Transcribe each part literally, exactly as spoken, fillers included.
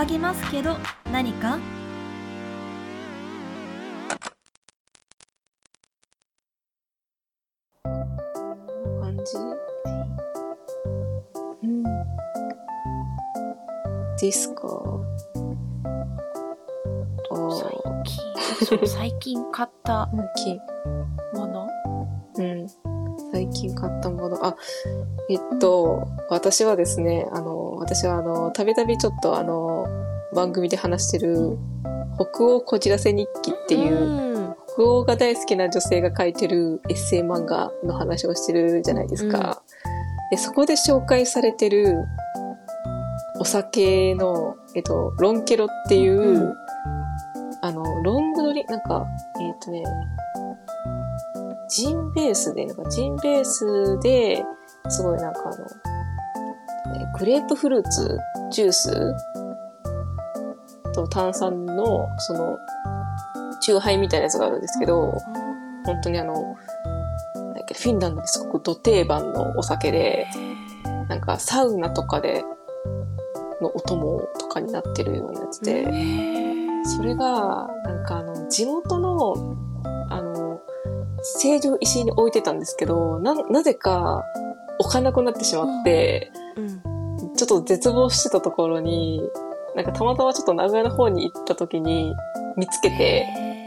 騒ぎますけど何か？ 感じ？うん。ですか。 最近、そう、最近買ったものうん。最近買ったもの。あ、えっと、うん、私はですね、あの、私はあの、たびたびちょっとあの、番組で話してる、北欧こじらせ日記っていう、うん、北欧が大好きな女性が書いてるエッセイ漫画の話をしてるじゃないですか。うん、で、そこで紹介されてる、お酒の、えっと、ロンケロっていう、うん、あの、ロングドリ、なんか、えっとね、ジンベースで、なんかジンベースで、すごいなんかあの、グレープフルーツジュースと炭酸の、その、チューハイみたいなやつがあるんですけど、本当にあの、なんだっけ、フィンランドですごくド定番のお酒で、なんかサウナとかで、のお供とかになってるようなやつで、それが、なんかあの、地元の、あの、成城石井に置いてたんですけど、な、なぜか置かなくなってしまって、うんうん、ちょっと絶望してたところに、なんかたまたまちょっと名古屋の方に行った時に見つけて、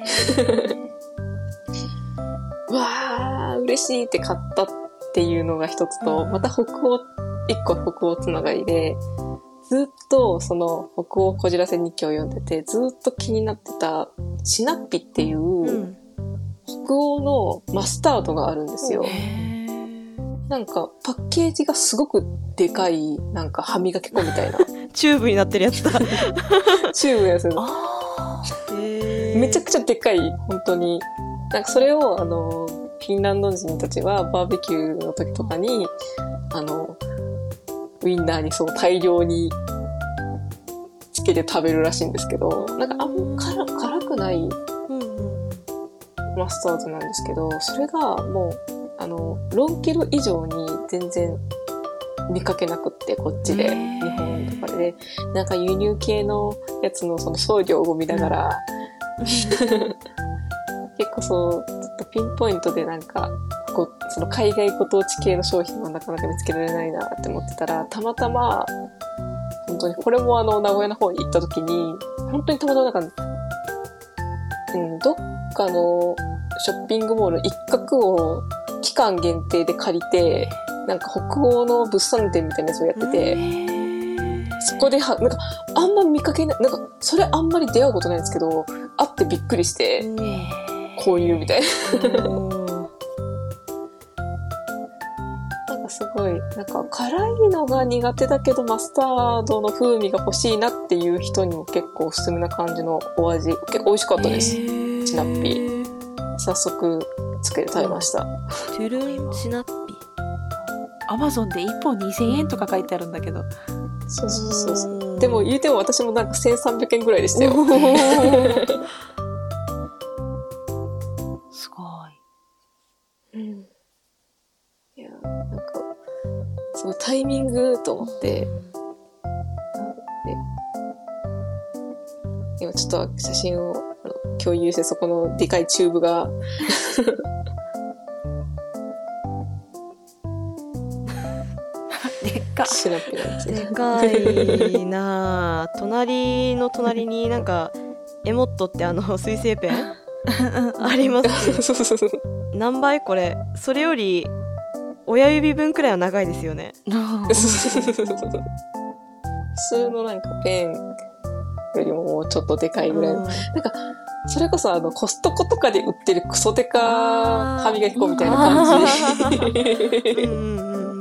うわー、嬉しいって買ったっていうのが一つと、うん、また北欧、一個北欧つながりで、ずっとその北欧こじらせ日記を読んでて、ずっと気になってたシナッピっていう、うん北欧のマスタードがあるんですよ。なんかパッケージがすごくでかいなんか歯磨き粉みたいなチューブになってるやつだチューブのやつめちゃくちゃでかい本当になんかそれをあのフィンランド人たちはバーベキューの時とかにあのウインナーにそう大量につけて食べるらしいんですけどなんかあんま辛、辛くないマスタードなんですけど、それがもう、あの、ロンキロ以上に全然見かけなくって、こっちで、日本とかで、なんか輸入系のやつのその送料を見ながら、うん、結構そう、ちょっとピンポイントでなんか、こその海外ご当地系の商品はなかなか見つけられないなって思ってたら、たまたま、本当に、これもあの、名古屋の方に行った時に、本当にたまたまなんか、うん、どっかのショッピングモール一角を期間限定で借りて、なんか北欧の物産展みたいなやつをやってて、そこでは、なんかあんま見かけない、なんかそれあんまり出会うことないんですけど、会ってびっくりして、購入みたいな。なんかすごい、なんか辛いのが苦手だけどマスタードの風味が欲しいなっていう人にも結構おすすめな感じのお味、結構美味しかったです。シナッピ。早速つけて食べました。 トゥルンシナッピ。アマゾンでいっぽんにせんえんとか書いてあるんだけど。 そうそうそうそう。でも言うても私もなんかせんさんびゃくえんぐらいでしたよ。 すごい。うん。いや、なんか、すごいタイミングと思って、今ちょっと写真を共有してそこのでかいチューブがでかシナッピなんですね。でかいなぁ。隣の隣になんかエモットってあの水性ペンありますけどそうそうそう何倍これそれより親指分くらいは長いですよね。 普通のなんかペンよりももうちょっとでかいぐらい、うん、なんかそれこそあのコストコとかで売ってるクソデカ歯磨き粉みたいな感じうん、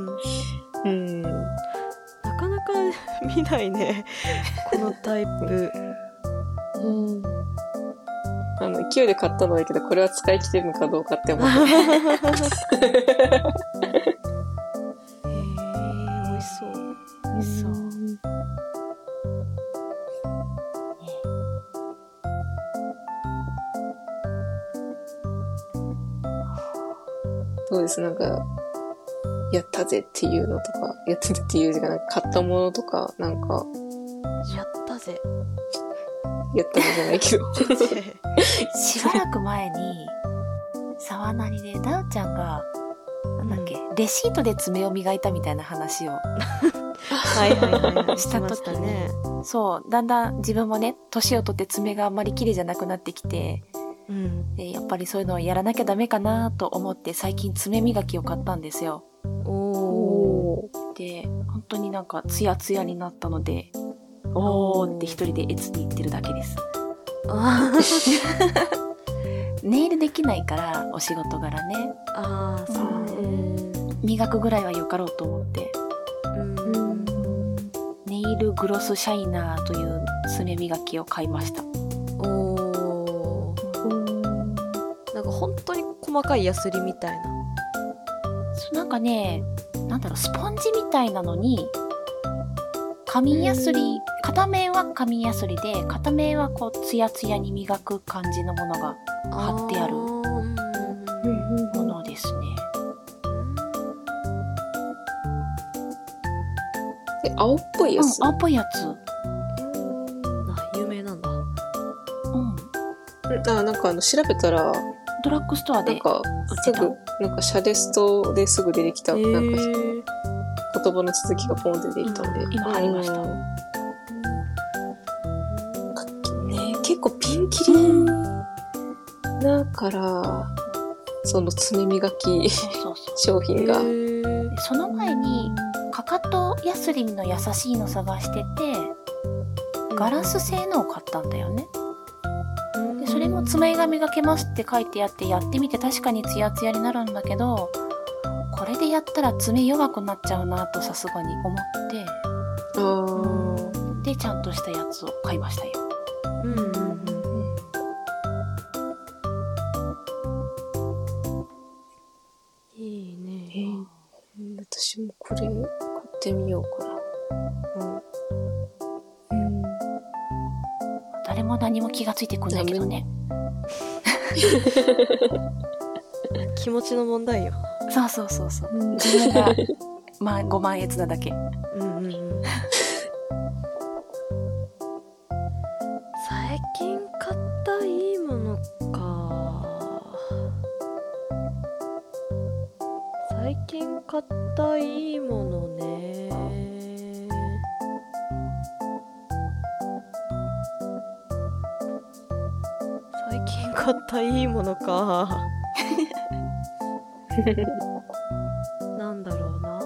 うん、なかなか見ないねこのタイプ、 うん、あの勢いで買ったのはいいけどこれは使い切ってるのかどうかって思ってへー美味しそう美味しそう、うんそうです、なんか、やったぜっていうのとか、やったぜっていう時間、なんか買ったものとか、なんか、 やったぜチ言ったのじゃないけどしばらく前に沢なりでダウちゃんがなんだっけ、うん、レシートで爪を磨いたみたいな話をはいはいはい、はい、 した時に、 ね、 そうだんだん自分もね年を取って爪があんまり綺麗じゃなくなってきて、うん、でやっぱりそういうのをやらなきゃダメかなと思って最近爪磨きを買ったんですよ。おー。で本当になんかツヤツヤになったのでおーって一人でエツに言ってるだけです。あネイルできないからお仕事柄ね。ああそうね。磨くぐらいはよかろうと思って、うん、ネイルグロスシャイナーという爪磨きを買いました。 おー。なんか本当に細かいヤスリみたいな。 なんかね、なんだろうスポンジみたいなのに紙ヤスリ、片面は紙ヤスリで片面はこうツヤツヤに磨く感じのものが貼ってあるものですね。 え、青っぽいやつ、 うん、青っぽいやつ。 あ、有名なんだ。うん。 あ、なんかあの調べたらドラッグストアでなんかすぐなんかシャレストですぐ出てきた、えー、なんか言葉の続きがポンって出てきたんで、うん、 今貼りました。 ね、結構ピンキリだからその爪磨き商品が。 その前にかかとヤスリの優しいの探しててガラス製のを買ったんだよね。でそれも爪が磨けますって書いてあってやってみて確かにツヤツヤになるんだけどこれでやったら爪弱くなっちゃうなとさすがに思ってあーでちゃんとしたやつを買いましたよ。うんうんうん、 いいね、 えー、私もこれ買ってみようかな。 うん、誰も何も気がついてくんないけどね気持ちの問題よ。 そうそうそうそう、うん、自分がまあご満悦なだけ。うんうんうん。 最近買ったいいものか。最近買ったいいものね。最近買ったいいものか。なんだろうな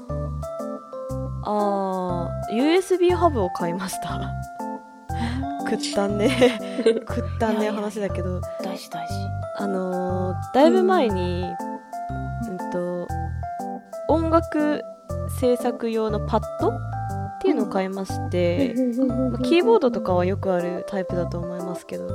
あー ユーエスビー ハブを買いましたくったんねくったんね話だけど大事大事。 あのー、だいぶ前に、うん、うんと音楽制作用のパッドっていうのを買いまして、うんまあ、キーボードとかはよくあるタイプだと思いますけど、うん、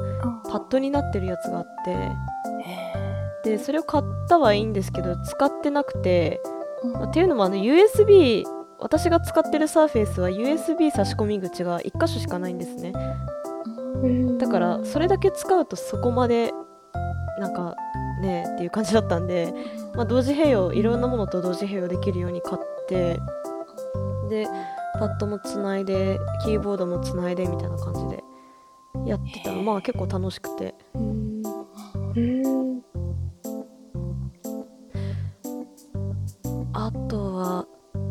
パッドになってるやつがあってでそれを買ったはいいんですけど使ってなくて、うんまあ、っていうのもあの ユーエスビー 私が使ってるサーフェイスは ユーエスビー 差し込み口がいっ箇所しかないんですね。だからそれだけ使うとそこまでなんかねっていう感じだったんで、まあ、同時併用いろんなものと同時併用できるように買ってでパッドもつないでキーボードもつないでみたいな感じでやってたらまあ結構楽しくてあとは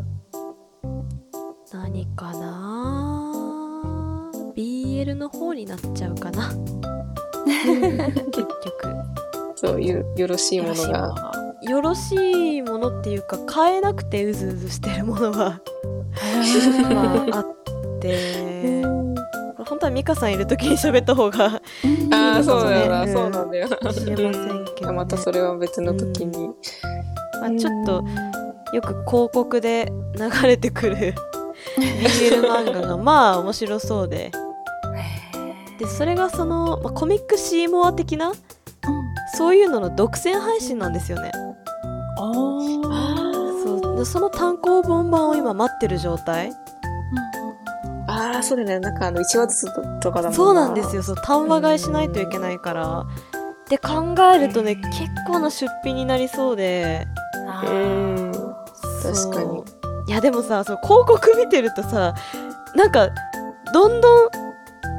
何かな ビーエル の方になっちゃうかな結局そういうよろしいものがよろしいものっていうか買えなくてうずうずしてるものがまああって本当はミカさんいる時に喋った方がいいのかもね。 ああそうだよな、うん、そうなんだよな知れませんけど、ね、 またそれは別の時に、うんまあ、ちょっとよく広告で流れてくる ビーエル 漫画がまあ面白そうででそれがその、まあ、コミックシーモア的な、うん、そういうのの独占配信なんですよね。あそうその単行本版を今待ってる状態。 ああそうだね、なんかあのいちわずつとかだもんな。 そうなんですよ。そう単話買いしないといけないからで考えるとね結構な出費になりそうであー確かに。 いやでもさそう広告見てるとさなんかどんどん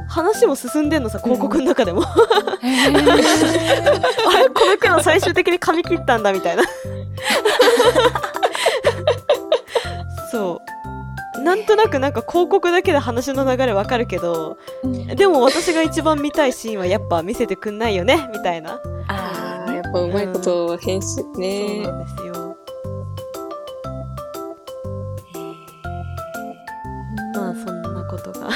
話も進んでんのさ、広告の中でも、うん、あれこの件は最終的に髪切ったんだみたいなそうなんとなくなんか広告だけで話の流れわかるけど、うん、でも私が一番見たいシーンはやっぱ見せてくんないよねみたいな。 あーやっぱうまいこと編集ね、 うん、そうなんですよ。まあそんなことが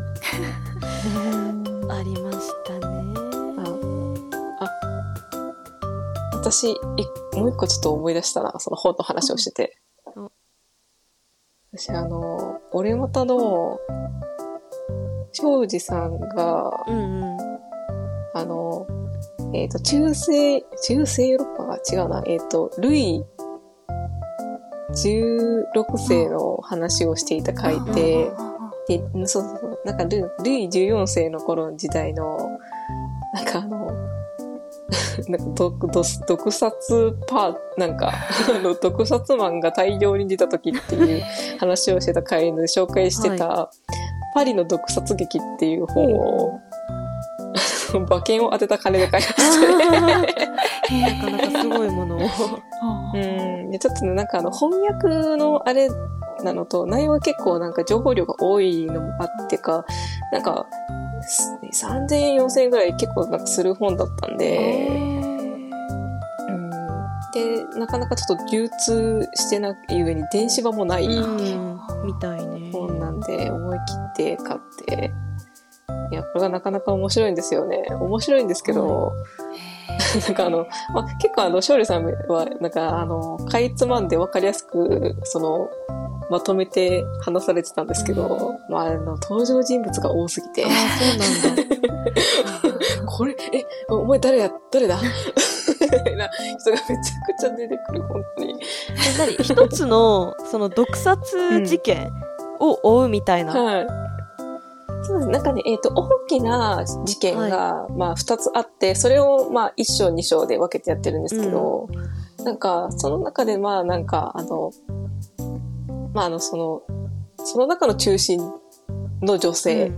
ありましたね。 ああ私いもう一個ちょっと思い出したな、その本の話をしてて、うん、私あの俺またの庄司さんが、うんうん、あのえっ、ー、と中世中世ヨーロッパが違うな、えっ、ー、とルイじゅうろくせいの話をしていた回で、でそうそうそうなんかルルイじゅうよんせいの頃の時代のなんかあのなんか毒毒殺パーなんかあの毒殺マンが大量に出た時っていう話をしてた回で紹介してた、はい、パリの毒殺劇っていう本を、うん、馬券を当てた金で買いましたね。 なかなかすごいものをうんでちょっとねなんかあの翻訳のあれなのと内容は結構なんか情報量が多いのもあってかなんかさんぜんえんよんせんえんぐらい結構なんかする本だったんで、うんでなかなかちょっと流通してない上に電子版もないみたいね本なんで思い切って買っていやこれがなかなか面白いんですよね。面白いんですけど、うん、なんかあの、まあ、結構あの勝利さんはなんかあのかいつまんで分かりやすくそのまとめて話されてたんですけど、うんまあ、あの登場人物が多すぎてあそうなんだこれえお前誰や誰だみたいな人がめちゃくちゃ出てくる本当に何一つのその毒殺事件を追うみたいな、 うんはいそうですなんかね、えっと、大きな事件が、はい、まあ、二つあって、それを、まあ、一章二章で分けてやってるんですけど、うん、なんか、その中で、まあ、なんか、あの、まあ、あの、その、その中の中心の女性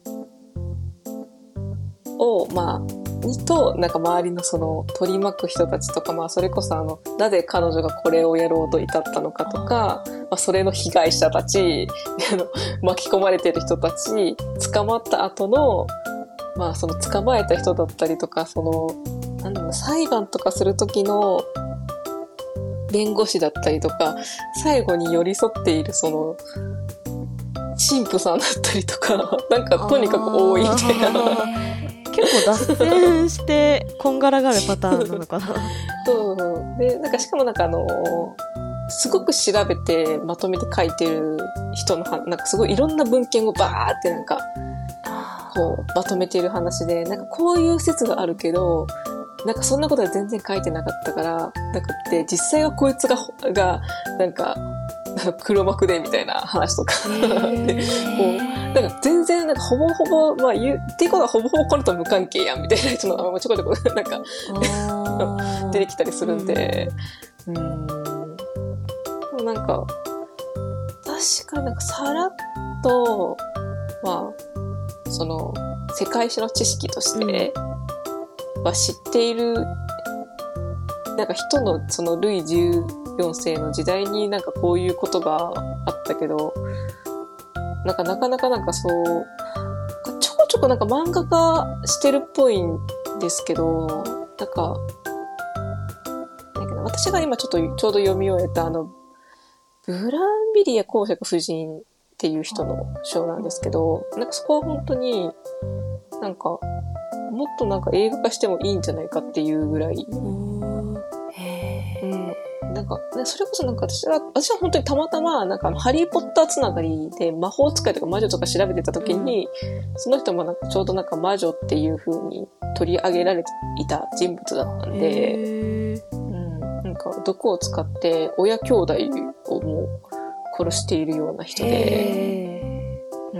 を、うん、まあ、にと、なんか周りのその取り巻く人たちとか、まあそれこそあの、なぜ彼女がこれをやろうと至ったのかとか、まあそれの被害者たち、あの、巻き込まれてる人たち、捕まった後の、まあその捕まえた人だったりとか、その、なんだろう、裁判とかする時の弁護士だったりとか、最後に寄り添っているその、神父さんだったりとか、なんかとにかく多いみたいな。 結構脱線してこんがらがるパターンなのかなそうでなんかしかもなんかあのすごく調べてまとめて書いてる人のなんかすごいいろんな文献をバーってなんかこうまとめている話でなんかこういう説があるけどなんかそんなことは全然書いてなかったからなくって実際はこいつががなんか黒幕でみたいな話とかでこうなんか全然なんかほぼほぼまあ言っていうことはほぼほぼこれと無関係やんみたいな人の名前もちょこちょこなんか出てきたりするんで、うん、うんでもなんか確かになんかさらっとまあその世界史の知識としては知っているなんか人のそのルイじゅうよんせいの時代になんかこういうことがあったけどなんかなかなかなんかそうちょこちょこなんか漫画化してるっぽいんですけどなんかなんか私が今ちょっとちょうど読み終えたあのブランビリア公爵夫人っていう人の章なんですけどなんかそこは本当になんかもっとなんか映画化してもいいんじゃないかっていうぐらいへー、うんなんか、ね、それこそなんか私は、私は本当にたまたま、なんかあの、ハリーポッターつながりで魔法使いとか魔女とか調べてた時に、うん、その人もなんかちょうどなんか魔女っていう風に取り上げられていた人物だったんで、うん、なんか毒を使って親兄弟をもう殺しているような人で、うん、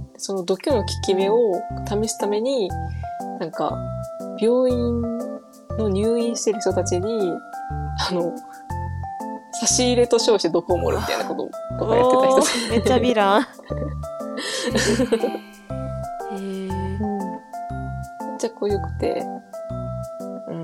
その毒の効き目を試すために、なんか、病院の入院してる人たちに、あの、差し入れと称して毒を盛るみたいなこととかやってた人めっちゃヴィランへちゃこう良くて、うん。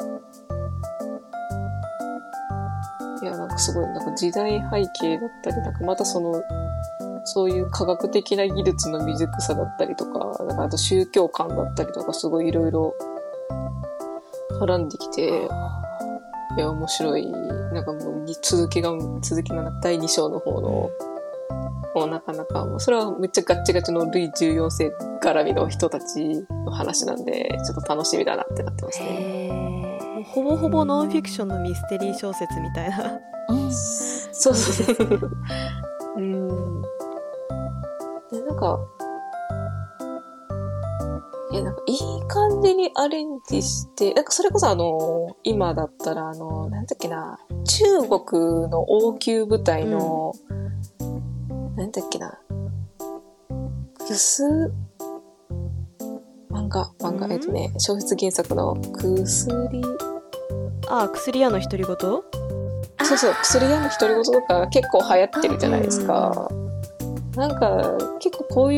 いや、なんかすごい、なんか時代背景だったり、なんかまたその、そういう科学的な技術の未熟さだったりとか、なんかあと宗教観だったりとか、すごいいろいろ絡んできて、いや、面白い。なんかもう、続きが、続きのだいに章の方の、もうなかなか、もうそれはめっちゃガッチガチのルイじゅうよんせい絡みの人たちの話なんで、ちょっと楽しみだなってなってますね。 へー、ほぼほぼノンフィクションのミステリー小説みたいな。 うん、そうそうそう。うん。で、なんか、いや、なんかいい感じにアレンジして、なんかそれこそあの、今だったらあの、なんだっけな、中国の王宮部隊の、うん、なんだっけな、くす、漫画、漫画、うん、えっとね、小説原作の薬、 ああ、薬屋の独り言？ そうそう、薬屋の独り言とか結構流行ってるじゃないですか。なんか、結構こういう、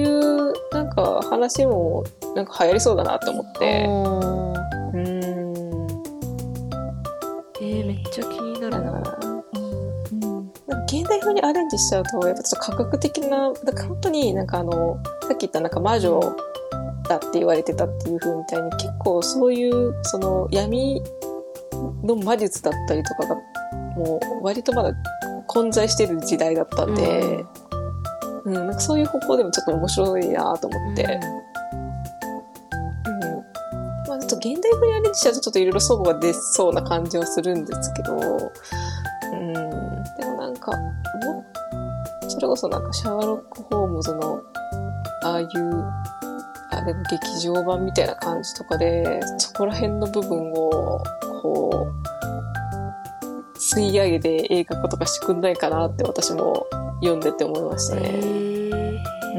なんか話も、なんか流行りそうだなと思って。うーん。 えー、めっちゃ気になるな。 なんか現代風にアレンジしちゃうと、やっぱちょっと科学的な、なんか本当になんかあの、さっき言ったなんか魔女だって言われてたっていう風みたいに、結構そういう、その闇の魔術だったりとかが、もう割とまだ混在してる時代だったんで、うん、うん、なんかそういう方向でもちょっと面白いなと思って、うん、うん、まあちょっと現代風にアレンジしちゃうとちょっといろいろ齟齬が出そうな感じはするんですけど、うん、でもなんかもそれこそなんかシャーロック・ホームズのああいうあれの劇場版みたいな感じとかで、そこら辺の部分をこう吸い上げて映画化とかしてくんないかなって私も読んでて思いましたね。 うん、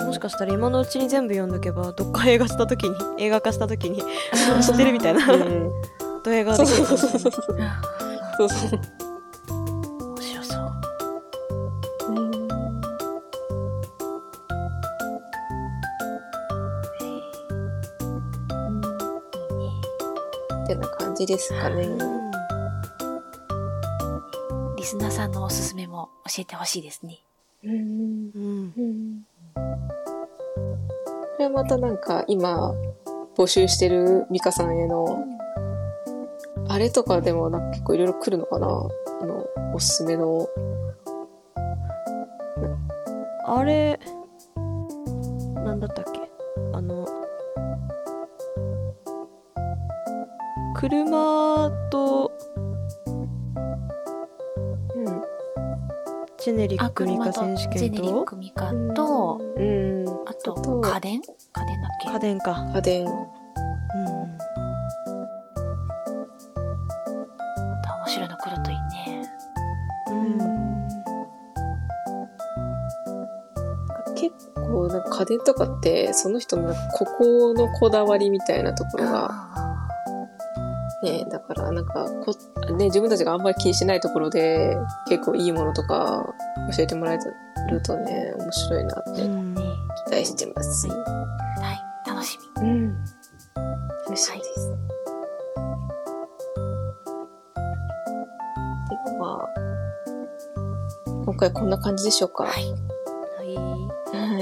もしかしたら今のうちに全部読んどけば、どっか映画した時に映画化した時に知ってるみたいな、うん、ド映画できる。 そうそうそうそうそうそう。 面白そう。 ってな感じですかね。 リスナーさんのおすすめも教えてほしいですね。 うんうんうん。これはまたなんか今募集してるミカさんへのあれとかでもなんか結構いろいろ来るのかな。あのおすすめのあれなんだったっけ、あの車と、 うん、 ジェネリックミカ選手権とジェネリックミカと、 うん、 あと家電家電だっけ、 家電か家電、うん、 また面白いの来るといいね。 うん、 結構なんか家電とかってその人のなんかここのこだわりみたいなところがね、だからなんかこ、ね、自分たちがあんまり気にしないところで結構いいものとか教えてもらえるとね、面白いなって期待してます。 うん、はい、楽しみ。 うん。楽しみです。はい、ではまあ、今回こんな感じでしょうか。 はい。 はい。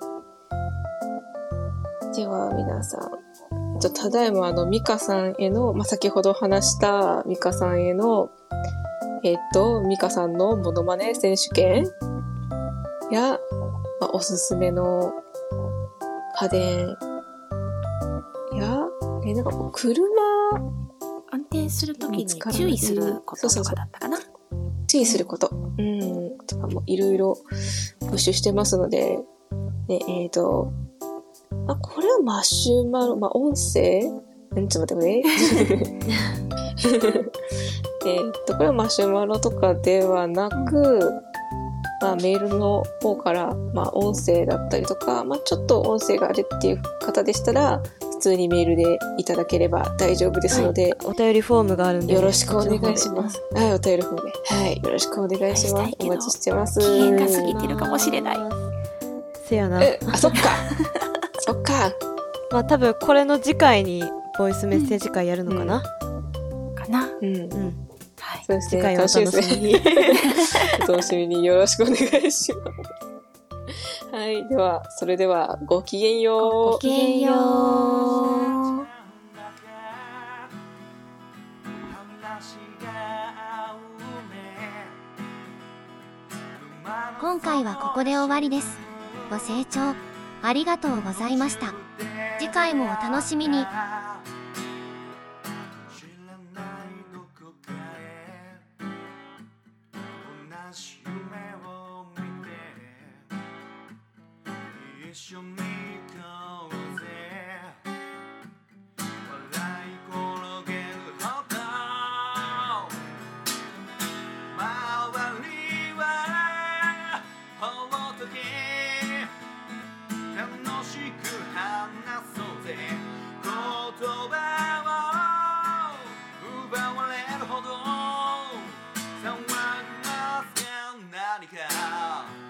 では皆さん。ただいまあのミカさんへの、まあ、先ほど話したミカさんへのえっとミカさんのモノマネ選手権や、まあ、おすすめの家電やえなんかこう車安定するときに注意することとかだったかな。 そうそうそう、注意すること、うん、とかもいろいろ募集してますので、ね、えっとあ、これはマシュマロ、まあ、音声んちょっと待ってね。えっと、これはマシュマロとかではなく、まあ、メールの方から、まあ、音声だったりとか、まあ、ちょっと音声があれっていう方でしたら、普通にメールでいただければ大丈夫ですので、 はい、お便りフォームがあるんで、 よろしくお願いします。はい、お便りフォームで。はい、よろしくお願いします。お待ちしてます。 期限が過ぎてるかもしれない。 せやな。 え、あ、そっか。そっか。 まあ多分これの次回にボイスメッセージ会やるのかな、 うん、かなうん、うん、 はい、 そうですね、 次回をお楽しみにお楽しみによろしくお願いします。はい、ではそれではごきげんよう。 ごきげんよう。 今回はここで終わりです。ご清聴ありがとうございました。次回もお楽しみに。 何か